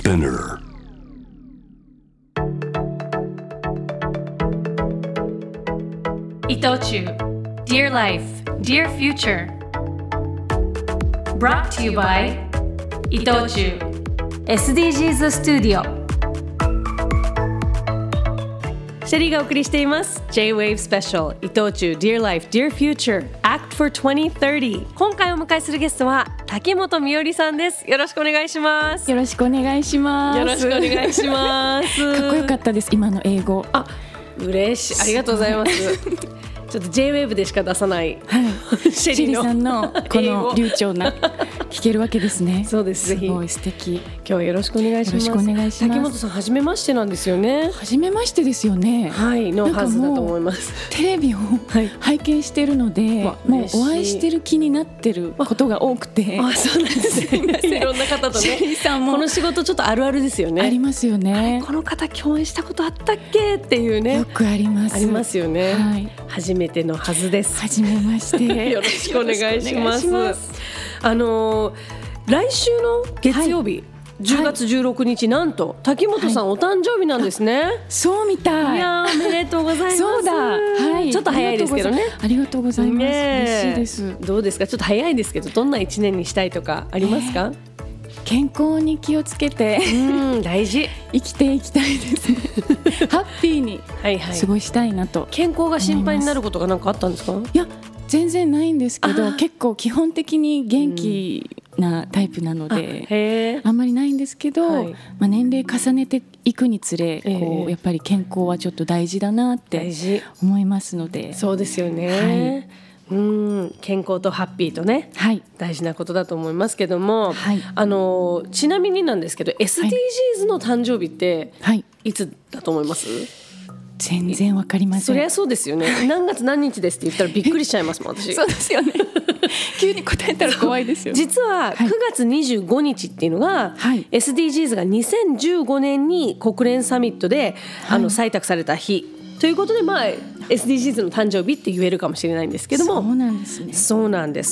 Spinner. Itochu, Dear Life, Dear Future. Brought to you by Itochu SDGs スタジオ。シェリーがお送りしています J-Wave Special 伊藤忠 Dear Life, Dear Future Act for 2030。 今回お迎えするゲストは滝本美織さんです。よろしくお願いします。 よろしくお願いします。 よろしくお願いしますかっこよかったです、今の英語。 あ、嬉しい、ありがとうございますちょっと J-Wave でしか出さない、 はい、 シェシェリリーのーさんのこの流暢な聞けるわけですね。 そうです、ぜひすごい素敵。 今日はよろしくお願いします。 よろしくお願いします。 滝本さん、初めましてなんですよね。 初めましてですよね。 はいのはずだと思います。 テレビを拝見してるので、もうお会いしてる気になってることが多くて。 あ、そうなんですねいろんな方とね、 シェリーさんもこの仕事ちょっとあるあるですよね。 ありますよね。 この方共演したことあったっけっていうね、 よくあります。 ありますよね、 はい、 初めてのはずです。 初めましてよろしくお願いします。来週の月曜日、10月16日、なんと滝本さん、お誕生日なんですね。 そうみたい。 いやおめでとうございます。 そうだ、はい、 ちょっと早いですけどね。 ありがとうございます。嬉しいです。 どうですか、ちょっと早いですけど、どんな一年にしたいとかありますか？ 健康に気をつけて大事、 生きていきたいですねハッピーに過ごしたいなと。 健康が心配になることが何かあったんですか？ いや、全然ないんですけど、結構基本的に元気なタイプなので、あんまりないんですけど、年齢重ねていくにつれ、こうやっぱり健康はちょっと大事だなって思いますので。 そうですよね、健康とハッピーとね、大事なことだと思いますけども、ちなみになんですけど SDGs の誕生日っていつだと思います？ 全然わかりません。 そりゃそうですよね。何月何日ですって言ったらびっくりしちゃいますもん、私。 そうですよね急に答えたら怖いですよ。 実は9月25日っていうのが、SDGs が2015年に国連サミットで採択された日ということで、SDGs の誕生日って言えるかもしれないんですけども。 そうなんですね。 そうなんです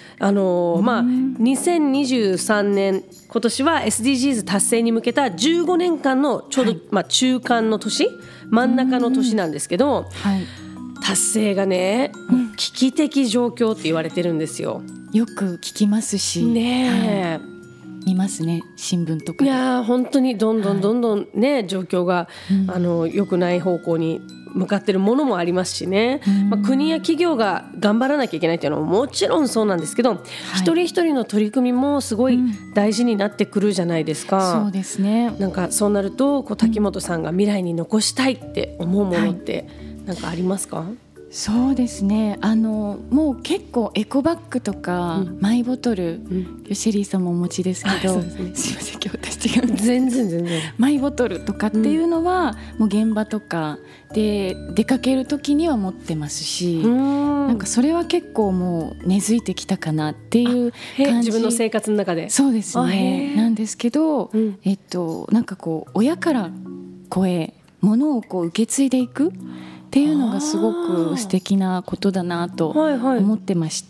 。2023年今年は SDGs 達成に向けた15年間のちょうど、中間の年、真ん中の年なんですけど、達成がね、危機的状況って言われてるんですよ。 よく聞きますしね、見ますね、新聞とかで。 いや本当にどんどんね、状況が良くない方向に向かってるものもありますしね、国や企業が頑張らなきゃいけないっていうのももちろんそうなんですけど、一人一人の取り組みもすごい大事になってくるじゃないですか。 そうですね。 なんかそうなると滝本さんが未来に残したいって思うものってなんかありますか？ そうですね、もう結構エコバッグとか、マイボトル、シェリーさんもお持ちですけど、すいません、今日私違うんです。 全然マイボトルとかっていうのは、もう現場とかで出かける時には持ってますし、なんかそれは結構もう根付いてきたかなっていう感じ。 自分の生活の中で。 そうですね、なんですけど、なんかこう親から子へ物をこう受け継いでいくっていうのがすごく素敵なことだなと思ってまして、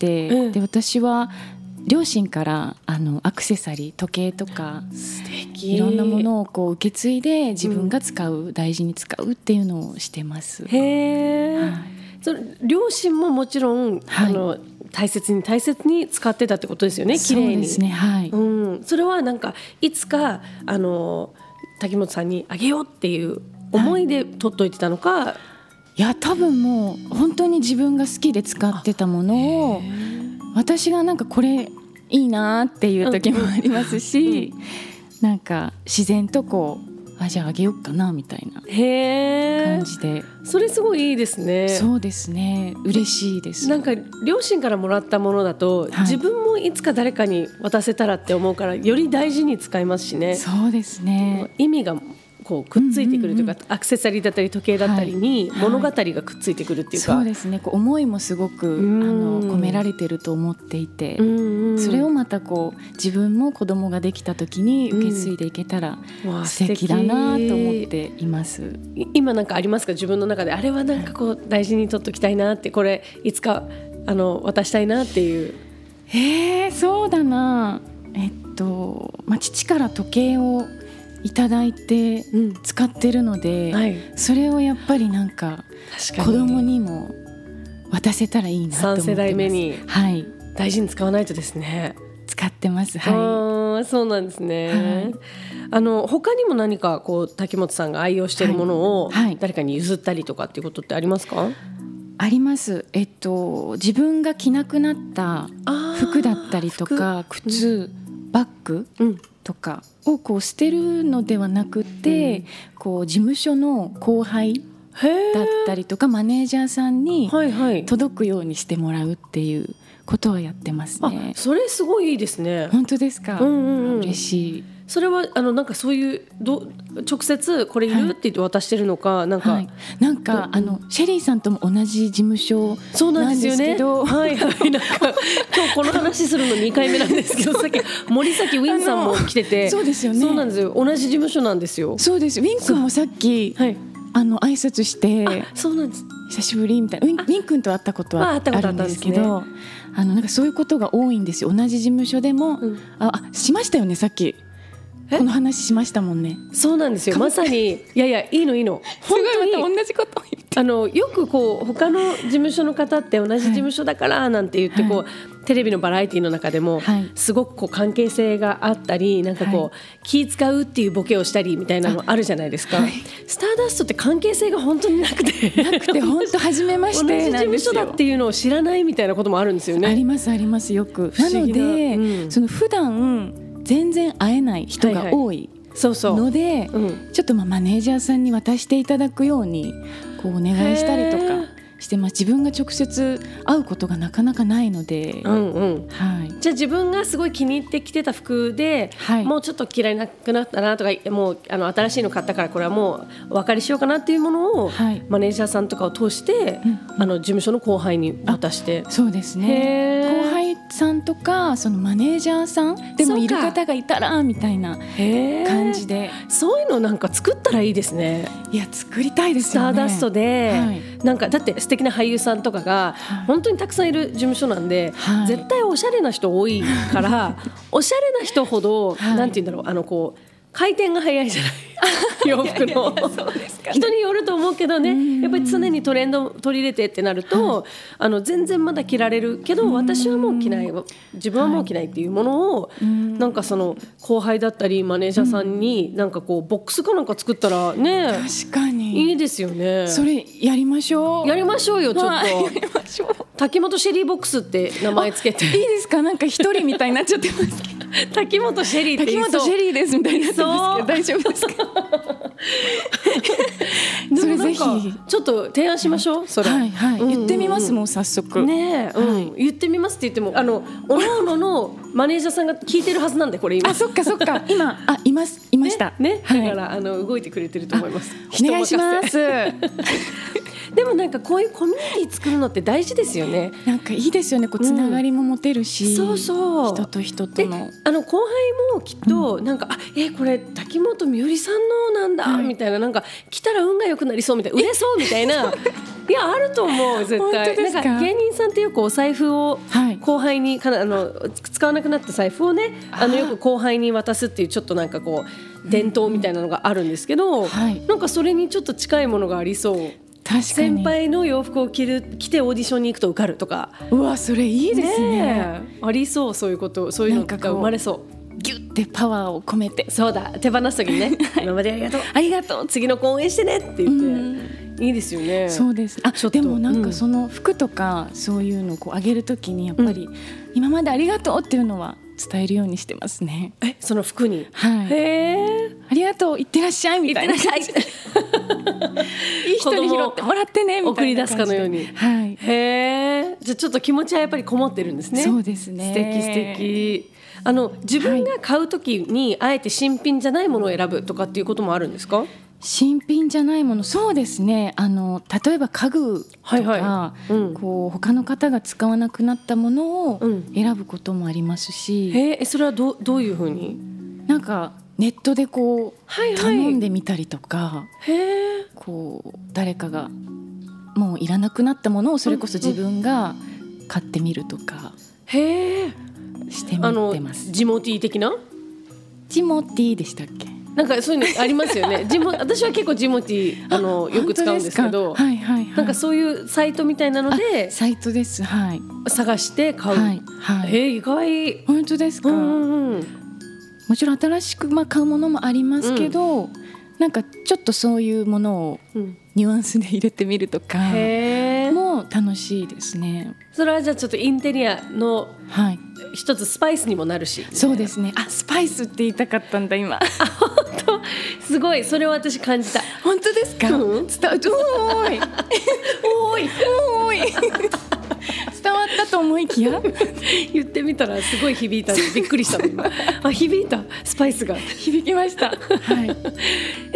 で私は両親からアクセサリー、時計とかいろんなものをこう受け継いで自分が使う、大事に使うっていうのをしてます。 その両親ももちろん、大切に使ってたってことですよね、綺麗に。 そうですね、 それはなんかいつか滝本さんにあげようっていう思いで取っといてたのか。 いや、多分もう本当に自分が好きで使ってたものを、私がなんかこれいいなっていう時もありますし、なんか自然とこうじゃああげようかなみたいな感じで。 それすごいいいですね。 そうですね、嬉しいです。 なんか両親からもらったものだと、自分もいつか誰かに渡せたらって思うから、より大事に使いますしね。 そうですね、 意味がこうくっついてくるというか、アクセサリーだったり時計だったりに物語がくっついてくるっていうか、 そうですね、こう思いもすごく込められてると思っていて、それをまたこう自分も子供ができた時に受け継いでいけたら素敵だなと思っています。 今なんかありますか、自分の中であれはなんかこう大事に取っときたいなって、これいつか渡したいなっていう。 そうだな、父から時計をいただいて使ってるので、はい、それをやっぱりなんか子供にも渡せたらいいなと思ってます。 3世代目に、 はい、 大事に使わないとですね。 使ってます。はい、 そうなんですね。はい、他にも何かこう滝本さんが愛用しているものを誰かに譲ったりとかっていうことってありますか？ あります。自分が着なくなった服だったりとか靴、バッグとかをこう捨てるのではなくて、こう事務所の後輩だったりとかマネージャーさんに届くようにしてもらうっていうことはやってますね。 それすごいいいですね。 本当ですか？嬉しい。 それはなんかそういう直接これいるって言って渡してるのか、なんかシェリーさんとも同じ事務所なんですけど、 はいはい、なんか今日この話するの2回目なんですけどさっき森崎ウィンさんも来ててそうですよね。 そうなんですよ、同じ事務所なんですよ。 そうです。ウィン君もさっき挨拶してそうなんです、 久しぶりみたいな。ウィン君と会ったことはあるんですけど、なんかそういうことが多いんですよ。同じ事務所でも、しましたよね。さっきこの話しましたもんね。 そうなんですよ、まさに。いやいや、いいの本当にすごいまた同じことを言って、 よくこう他の事務所の方って同じ事務所だからなんて言ってこう、テレビのバラエティの中でもすごくこう関係性があったり、なんかこう気使うっていうボケをしたりみたいなのあるじゃないですか。スターダストって関係性が本当になくて本当初めましてなんですよ。 同じ事務所だっていうのを知らないみたいなこともあるんですよね。 ありますあります、よく。なので、その普段全然会えない人が多いので、ちょっとマネージャーさんに渡していただくようにこうお願いしたりとかしてます。自分が直接会うことがなかなかないので、 じゃあ自分がすごい気に入って着てた服で、もうちょっと嫌いなくなったなとか、もう新しいの買ったからこれはもうお別れしようかなっていうものを、マネージャーさんとかを通して、事務所の後輩に渡して。 そうですね。後輩さんとかそのマネージャーさんでもいる方がいたらみたいな感じで、 そういうのなんか作ったらいいですね。 いや、作りたいですよね。 スターダストで、なんかだって素敵な俳優さんとかが本当にたくさんいる事務所なんで、絶対おしゃれな人多いからおしゃれな人ほど、なんて言うんだろう、こう回転が早いじゃない洋服の人によると思うけどね、やっぱり常にトレンド取り入れてってなると、全然まだ着られるけど、私はもう着ない、自分はもう着ないっていうものを、なんかその後輩だったりマネージャーさんになんかこうボックスかなんか作ったらね、 確かにいいですよね。 それやりましょう。 やりましょうよ、ちょっと。滝本シェリーボックスって名前つけて。いいですか？なんか一人みたいになっちゃってますけど滝本シェリーって言いそう。 滝本シェリーですみたいになってますけど大丈夫ですか？それぜひちょっと提案しましょう。それ、 言ってみます。もう早速ね、言ってみますって言ってもおのおののマネージャーさんが聞いてるはずなんで、これ今。 そっか今いましたね、だから動いてくれてると思います。 お願いします。 でもなんかこういうコミュニティ作るのって大事ですよね。 なんかいいですよね。こうつながりも持てるし、人と人との後輩もきっとなんか、これ滝本美織さんのなんだ、みたいな、なんか来たら運が良くなりそうみたいな、売れそうみたいな。いや、あると思う、絶対。なんか芸人さんってよくお財布を後輩に使わなくなった財布をね、よく後輩に渡すっていう、ちょっとなんかこう伝統みたいなのがあるんですけど、なんかそれにちょっと近いものがありそう。先輩の洋服を着てオーディションに行くと受かるとか。 うわ、それいいですね。 ありそう、そういうこと、そういうのが生まれそう。 ギュッてパワーを込めて。 そうだ、手放す時にね今までありがとう、次の子応援してねって言って、いいですよね。 そうです。でもなんかその服とかそういうのをこうあげる時にやっぱり、今までありがとうっていうのは伝えるようにしてますね。 その服に。 ありがとう、いってらっしゃいみたいな。いい人に拾ってもらってねみたいな感じで送り出すかのように。じゃあちょっと気持ちはやっぱりこもってるんですね。 そうですね。 素敵。自分が買うときにあえて新品じゃないものを選ぶとかっていうこともあるんですか？ 新品じゃないもの、そうですね。例えば家具とか、こう他の方が使わなくなったものを選ぶこともありますし、 それはどういうふうに？ なんかネットでこう、頼んでみたりとか、こう誰かがもういらなくなったものをそれこそ自分が買ってみるとかしてみてます。 ジモティー的な？ ジモティーでしたっけ？ なんかそういうのありますよね。私は結構ジモティよく使うんですけど、 はいはいはい、 なんかそういうサイトみたいなのでサイトです、はい、 探して買う、 はいはい、 意外。 本当ですか、もちろん新しく買うものもありますけど、なんかちょっとそういうものをニュアンスで入れてみるとかも楽しいですね。 それはじゃあちょっとインテリアの一つスパイスにもなるし、 そうですね。スパイスって言いたかったんだ今。 本当すごい、それを私感じた。 本当ですか、おーいおーい伝わったと思いきや言ってみたらすごい響いたんでびっくりしたの今。響いた、スパイスが響きました、はい、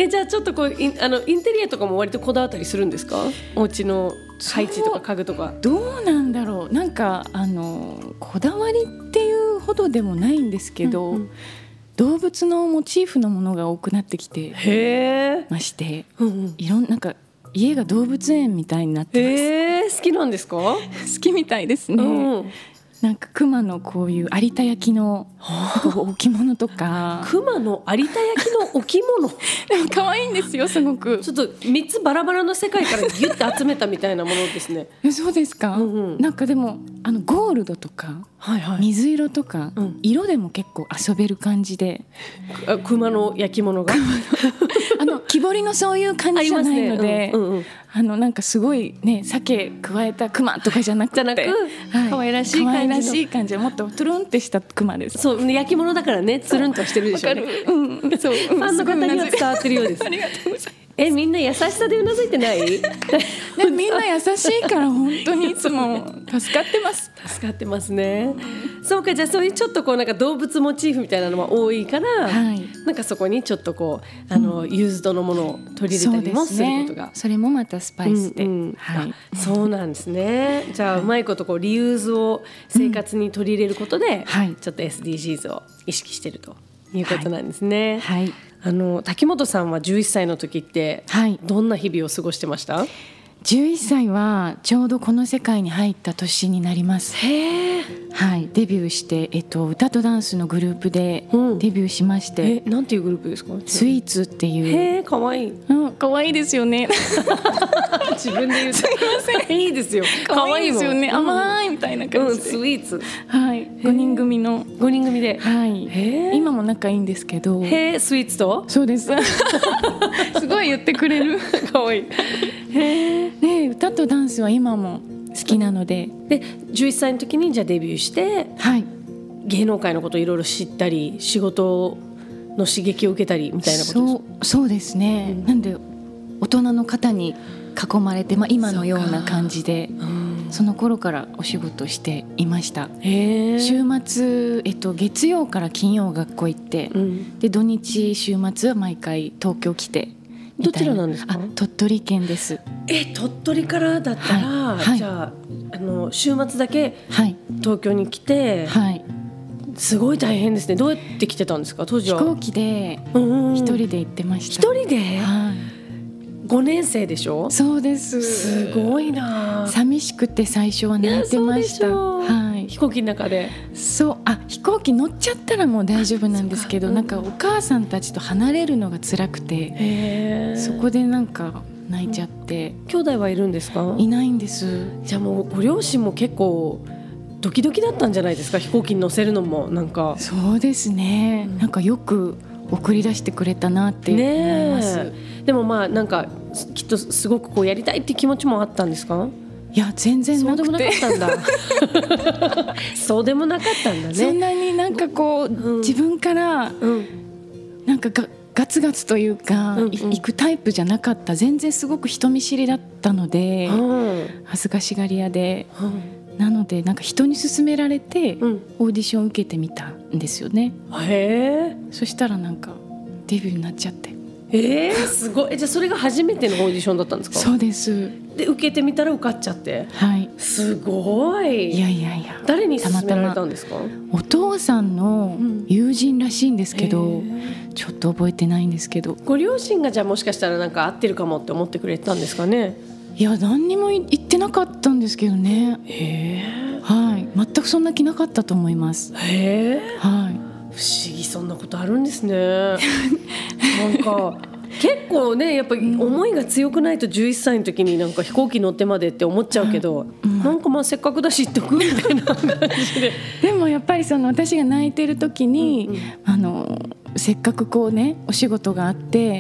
じゃあちょっとこうインテリアとかも割とこだわったりするんですか？お家の配置とか家具とか。 どうなんだろう。なんかこだわりっていうほどでもないんですけど、動物のモチーフのものが多くなってきてまして、なんか家が動物園みたいになってます。 好きなんですか？好きみたいですね、なんか熊のこういう有田焼の置物とか熊の有田焼の置物でも可愛いんですよ、すごく。 ちょっと3つバラバラの世界からギュッて集めたみたいなものですね。 そうですか、なんかでもゴールドとか、水色とか、色でも結構遊べる感じで、 熊の焼き物が木彫りのそういう感じじゃないので、なんかすごいね、鮭加えた熊とかじゃなくて、 可愛らしい感じでもっとトゥルンってした熊です。 そう焼き物だからね、つるんとしてるでしょうね。そう、ファンの方には伝わってるようです。 ありがとうございます。 みんな優しさでうなずいてない？ みんな優しいから本当にいつも助かってます。 助かってますね。そうか、じゃあそういうちょっとこうなんか動物モチーフみたいなのも多いから、なんかそこにちょっとこうユーズドのものを取り入れたりもすることが、 それもまたスパイスで、 そうなんですね。じゃあうまいことこうリユーズを生活に取り入れることで、ちょっと SDGs を意識しているということなんですね。滝本さんは11歳の時ってどんな日々を過ごしてました？ 11歳はちょうどこの世界に入った年になります。デビューして、歌とダンスのグループでデビューしまして、 なんていうグループですか？ スイーツっていう。 かわいい、 かわいいですよね。 自分で言うとすいません、いいですよ、 かわいいですよね、甘いみたいな感じで、 スイーツ、 5人組の 5人組で、 今も仲いいんですけど。 スイーツと？ そうですすごい言ってくれる。 かわいい。 歌とダンスは今も好きなので、 11歳の時にじゃあデビューして、芸能界のことをいろいろ知ったり、仕事の刺激を受けたりみたいなことですか？ そうですね、なんで大人の方に囲まれて、今のような感じで、その頃からお仕事していました。週末、月曜から金曜学校行って、で土日週末は毎回東京来て。 どちらなんですか？ 鳥取県です。 鳥取からだったら、じゃあ週末だけ東京に来て、すごい大変ですね。どうやって来てたんですか？当時は飛行機で一人で行ってました。 一人で？5年生でしょ？ そうです。 すごいな。 寂しくて最初は泣いてました。 飛行機の中で。 飛行機乗っちゃったらもう大丈夫なんですけど、なんかお母さんたちと離れるのが辛くて、そこでなんか泣いちゃって。 兄弟はいるんですか？ いないんです。 じゃあもうご両親も結構ドキドキだったんじゃないですか？飛行機に乗せるのもなんか。 そうですね、なんかよく送り出してくれたなって思います。 でもなんかきっとすごくこうやりたいっていう気持ちもあったんですか？ いや全然なくて。 そうでもなかったんだ。そうでもなかったんだね。 そんなになんかこう、自分からなんかガツガツというか、行くタイプじゃなかった。全然すごく人見知りだったので、恥ずかしがり屋で、なのでなんか人に勧められてオーディション受けてみたんですよね。そしたらなんかデビューになっちゃって。 すごい。じゃあそれが初めてのオーディションだったんですか？ そうです。 で受けてみたら受かっちゃって。すごい。 いや誰に勧められたんですか？ お父さんの友人らしいんですけど、ちょっと覚えてないんですけど。 ご両親がじゃあもしかしたらなんか合ってるかもって思ってくれたんですかね？ いや何にも言ってなかったんですけどね。全くそんな気なかったと思います。 不思議、そんなことあるんですね。 なんか結構ねやっぱり思いが強くないと11歳の時になんか飛行機乗ってまでって思っちゃうけど、なんかまあせっかくだし言っとくみたいな感じででもやっぱり私が泣いてる時に、せっかくこうねお仕事があって、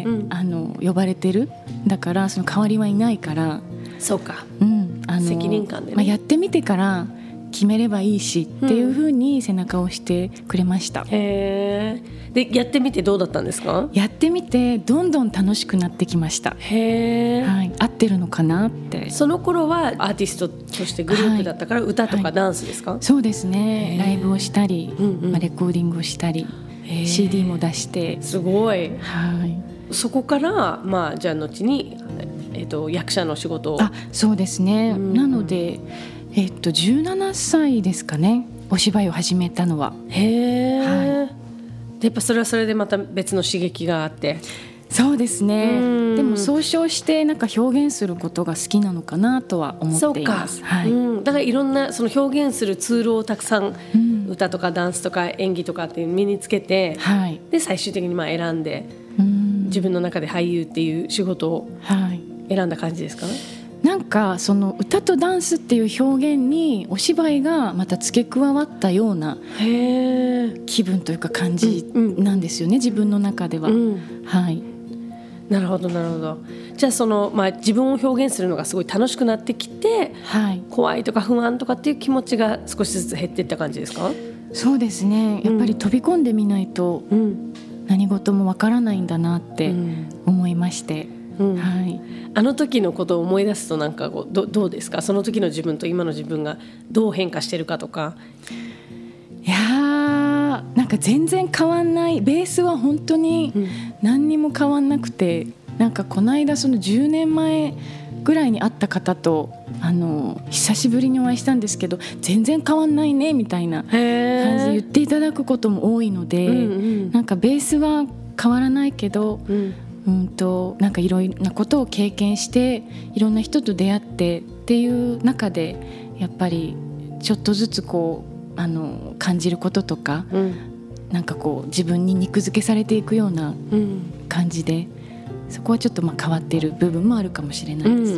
呼ばれてるだからその代わりはいないから、 そうか、責任感でね、 やってみてから決めればいいしっていう風に背中を押してくれました。 へー。でやってみてどうだったんですか？ やってみてどんどん楽しくなってきました。 へー、 合ってるのかなって。 その頃はアーティストとしてグループだったから、歌とかダンスですか？ そうですね、ライブをしたり、レコーディングをしたり、CD も出して。すごい。そこから、じゃあ後に、役者の仕事を。 そうですね、なので、17歳ですかね、お芝居を始めたのは。 へー、でやっぱそれはそれでまた別の刺激があって。 そうですね、でも総称してなんか表現することが好きなのかなとは思っています。 だからいろんなその表現するツールをたくさん、歌とかダンスとか演技とかって身につけて、で最終的に選んで、自分の中で俳優っていう仕事を選んだ感じですか？ なんかその歌とダンスっていう表現にお芝居がまた付け加わったような気分というか感じなんですよね、自分の中では。なるほどなるほど。 じゃあ自分を表現するのがすごい楽しくなってきて、怖いとか不安とかっていう気持ちが少しずつ減っていった感じですか？ そうですね、やっぱり飛び込んでみないと何事もわからないんだなって思いまして、 あの時のことを思い出すとなんかどうですか？その時の自分と今の自分がどう変化してるかとか。 いやなんか全然変わんない、ベースは本当に何にも変わんなくて、なんかこの間その10年前ぐらいに会った方と久しぶりにお会いしたんですけど、全然変わんないねみたいな感じで言っていただくことも多いので、なんかベースは変わらないけど、なんかいろんなことを経験していろんな人と出会ってっていう中でやっぱりちょっとずつこう感じることとか、なんかこう自分に肉付けされていくような感じで、そこはちょっと変わっている部分もあるかもしれないです。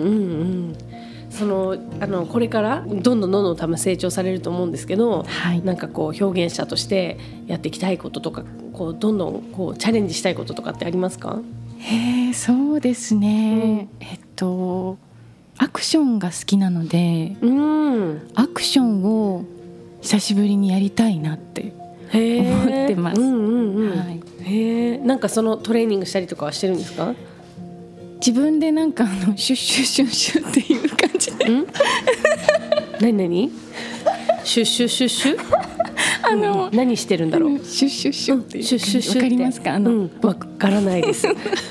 これからどんどん多分成長されると思うんですけど、なんかこう表現者としてやっていきたいこととか、こうどんどんこうチャレンジしたいこととかってありますか？ そうですね、アクションが好きなので、アクションを久しぶりにやりたいなって思ってます。なんかそのトレーニングしたりとかはしてるんですか？ 自分でなんかシュッシュッシュッシュッっていう感じで何シュッシュッシュッシュ何してるんだろう。 シュッシュッシュッってシュッシュッシュッってわかりますか？ わからないです。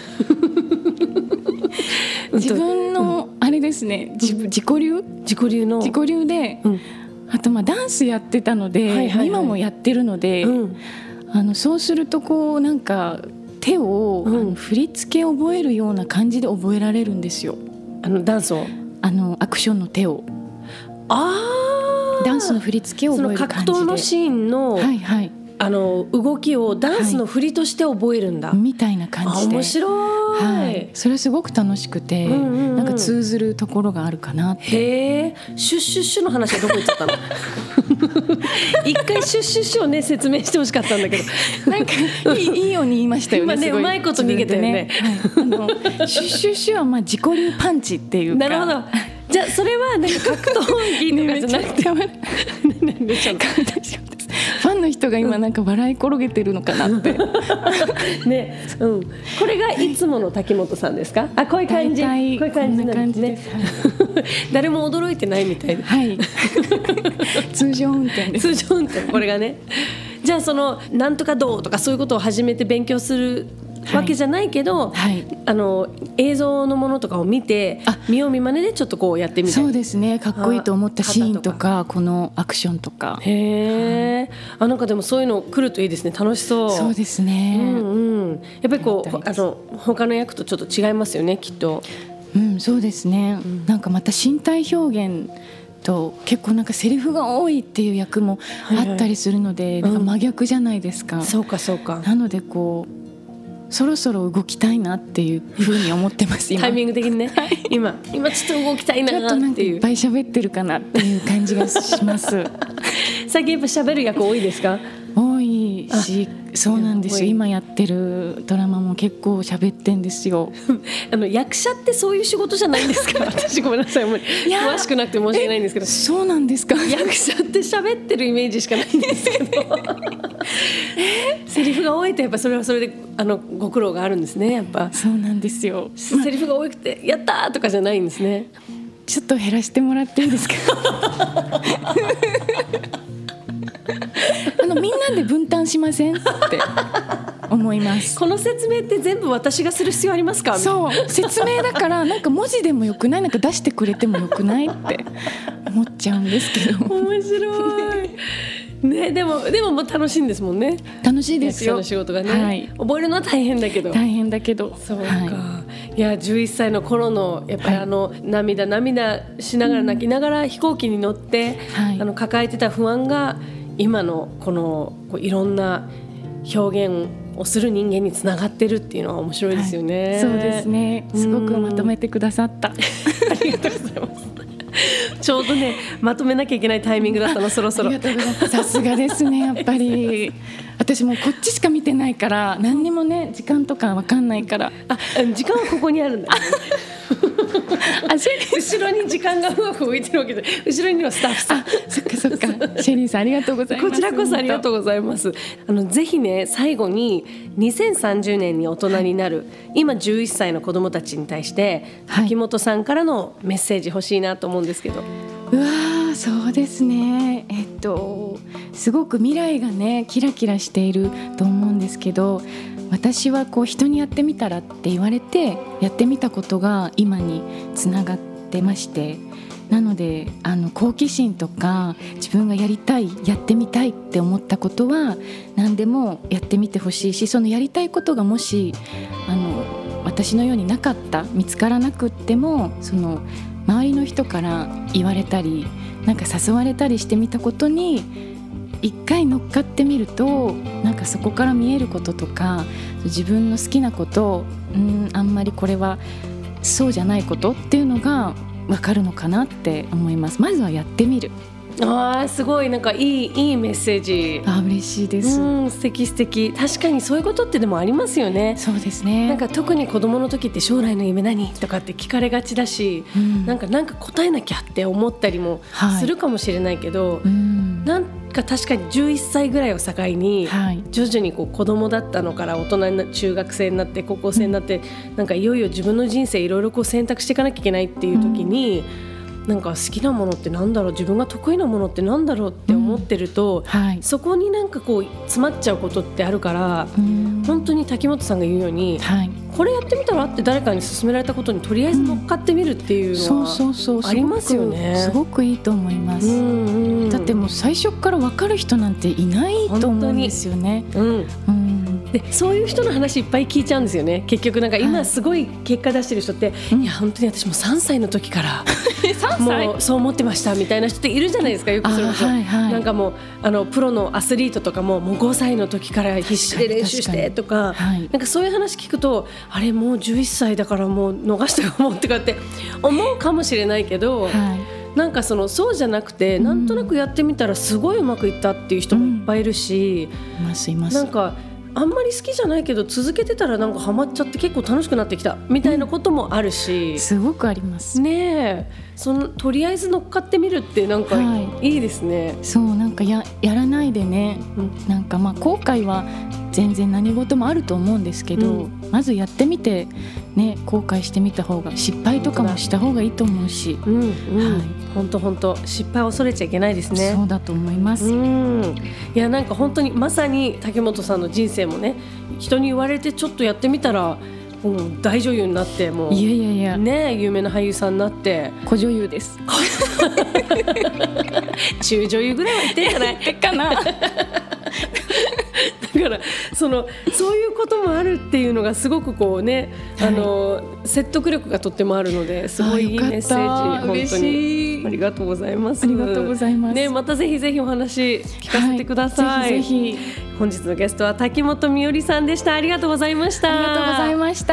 自分のあれですね、自己流で、あとダンスやってたので、今もやってるので、そうするとこうなんか手を、振り付けを覚えるような感じで覚えられるんですよ。 ダンスをアクションの手をダンスの振り付けを覚える感じで、 その格闘のシーンの、動きをダンスの振りとして覚えるんだ、 みたいな感じで。面白い、 それはすごく楽しくて、なんか通ずるところがあるかなって。 シュッシュッシュの話はどこ行っちゃったの？一回シュッシュッシュをね説明してほしかったんだけど、 なんかいいように言いましたよね。 今ねうまいこと逃げたよね。 シュッシュッシュは自己流パンチっていうか。 なるほど。じゃあそれはなんか格闘技とかじゃなくてファンの人が今なんか笑い転げてるのかなってね、これがいつもの滝本さんですか？こういう感じ、こういう感じですね。誰も驚いてないみたいで、 通常運転です。 通常運転、これがね。じゃあなんとかどうとかそういうことを始めて勉強するわけじゃないけど、映像のものとかを見て見よう見まねでちょっとこうやってみたい。 そうですね、かっこいいと思ったシーンとかこのアクションとか。 なんかでもそういうの来るといいですね。楽しそう。 そうですね、 やっぱりこう他の役とちょっと違いますよね、きっと。 そうですね、なんかまた身体表現と結構なんかセリフが多いっていう役もあったりするので、なんか真逆じゃないですか。 そうかそうか。 なのでこうそろそろ動きたいなっていうふうに思ってますタイミング的にね、はい、今ちょっと動きたいなっていう、ちょっとなんかいっぱい喋ってるかなっていう感じがします最近やっぱ喋る役多いですか？ 多いし、そうなんですよ。今やってるドラマも結構喋ってんですよ役者ってそういう仕事じゃないんですか？私ごめんなさい、もう詳しくなくて申し訳ないんですけど。 そうなんですか？ 役者って喋ってるイメージしかないんですけどセリフが多いとやっぱそれはそれでご苦労があるんですね。やっぱそうなんですよ。 セリフが多くてやったーとかじゃないんですね。 ちょっと減らしてもらっていいですかみんなで分担しませんって思います。 この説明って全部私がする必要ありますか？ そう説明だからなんか文字でもよくない、なんか出してくれてもよくないって思っちゃうんですけど面白いね、でももう楽しいんですもんね。 楽しいですよ、 役者の仕事がね、 はい、 覚えるのは大変だけどそうか、 はい、いや11歳の頃のやっぱり涙しながら泣きながら飛行機に乗って、はい、抱えてた不安が今のこのいろんな表現をする人間につながってるっていうのは面白いですよね、 はい、そうですね、すごくまとめてくださったありがとうございますちょうどねまとめなきゃいけないタイミングだったのそろそろ。 ありがとうございます。さすがですね。やっぱり私もこっちしか見てないから何にもね時間とか分かんないから。 時間はここにあるんだよね後ろに時間がふわふわ浮いてるわけで、後ろにはスタッフさん。 そっかそっかシェリーさんありがとうございます。 こちらこそありがとうございます。ぜひね最後に2030年に大人になる、今11歳の子どもたちに対して滝本さんからのメッセージ欲しいなと思うんですけど。 うわー、そうですね、すごく未来がねキラキラしていると思うんですけど、私はこう人にやってみたらって言われてやってみたことが今につながってまして、なので好奇心とか自分がやりたいやってみたいって思ったことは何でもやってみてほしいし、そのやりたいことがもし私のようになかった、見つからなくってもその周りの人から言われたりなんか誘われたりしてみたことに一回乗っかってみると、なんかそこから見えることとか自分の好きなことあんまりこれはそうじゃないことっていうのが分かるのかなって思います。まずはやってみる。 すごいなんかいいメッセージ。 嬉しいです。 素敵素敵。確かにそういうことってでもありますよね。 そうですね。 なんか特に子供の時って将来の夢何とかって聞かれがちだし、なんか答えなきゃって思ったりもするかもしれないけど、なんか確かに11歳ぐらいを境に徐々に子供だったのから大人になって中学生になって高校生になって、なんかいよいよ自分の人生いろいろ選択していかなきゃいけないっていう時に、なんか好きなものってなんだろう、自分が得意なものってなんだろうって思ってると、そこになんか詰まっちゃうことってあるから、本当に滝本さんが言うように、これやってみたらって誰かに勧められたことにとりあえず乗っかってみるっていうのはありますよね。 すごくいいと思います。だってもう最初から分かる人なんていないと思うんですよね。 でそういう人の話いっぱい聞いちゃうんですよね。結局なんか今すごい結果出してる人って、いや本当に私も3歳の時からもうそう思ってましたみたいな人っているじゃないですか。よくそれこそ、なんかもうプロのアスリートとかもう5歳の時から必死で練習してとか、なんかそういう話聞くと、あれもう11歳だからもう逃したかもってかって思うかもしれないけど、なんかそうじゃなくて、なんとなくやってみたらすごいうまくいったっていう人もいっぱいいるし、なんかあんまり好きじゃないけど続けてたらなんかハマっちゃって結構楽しくなってきたみたいなこともあるし、 すごくありますね。とりあえず乗っかってみるってなんかいいですね。 そうなんか やらないでね、なんか後悔は全然何事もあると思うんですけど、まずやってみてね、後悔してみた方が、失敗とかもした方がいいと思うし、 本当失敗を恐れちゃいけないですね。 そうだと思います。 いやなんか本当にまさに竹本さんの人生もね、人に言われてちょっとやってみたら大女優になって、もうね、有名な俳優さんになって。 小女優です中女優ぐらいは言ってんじゃないかなだからそういうこともあるっていうのがすごく説得力がとってもあるので、すごいいいメッセージ、本当にありがとうございます。 ありがとうございます、 ね、またぜひぜひお話聞かせてください。 ぜひぜひ。 本日のゲストは滝本美織さんでした。ありがとうございました。 ありがとうございました。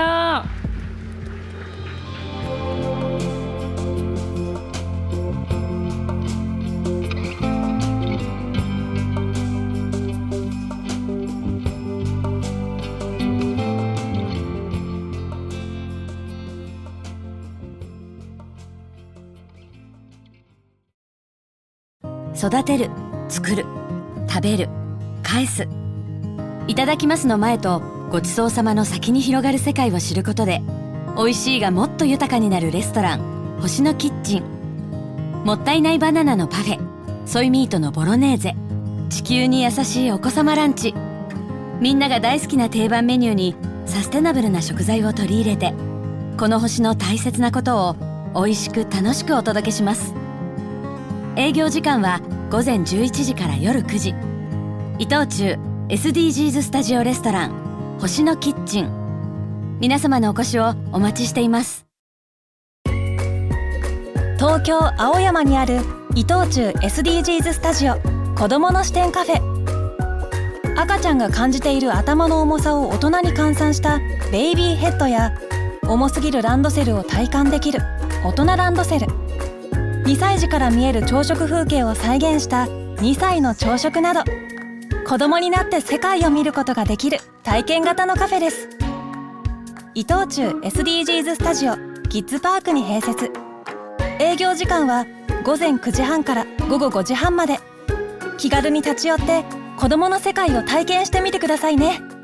育てる、作る、食べる、返す。いただきますの前とごちそうさまの先に広がる世界を知ることで、美味しいがもっと豊かになるレストラン星のキッチン。もったいないバナナのパフェ、ソイミートのボロネーゼ、地球に優しいお子様ランチ。みんなが大好きな定番メニューにサステナブルな食材を取り入れて、この星の大切なことを美味しく楽しくお届けします。営業時間は午前11時から夜9時。伊藤忠 SDGs スタジオレストラン星のキッチン。皆様のお越しをお待ちしています。 東京青山にある伊藤忠 SDGs スタジオ子どもの視点カフェ。赤ちゃんが感じている頭の重さを大人に換算したベイビーヘッドや、重すぎるランドセルを体感できる大人ランドセル、2歳児から見える朝食風景を再現した2歳の朝食など、子供になって世界を見ることができる体験型のカフェです。伊藤忠 SDGs スタジオキッズパークに併設。営業時間は午前9時半から午後5時半まで。気軽に立ち寄って子供の世界を体験してみてくださいね。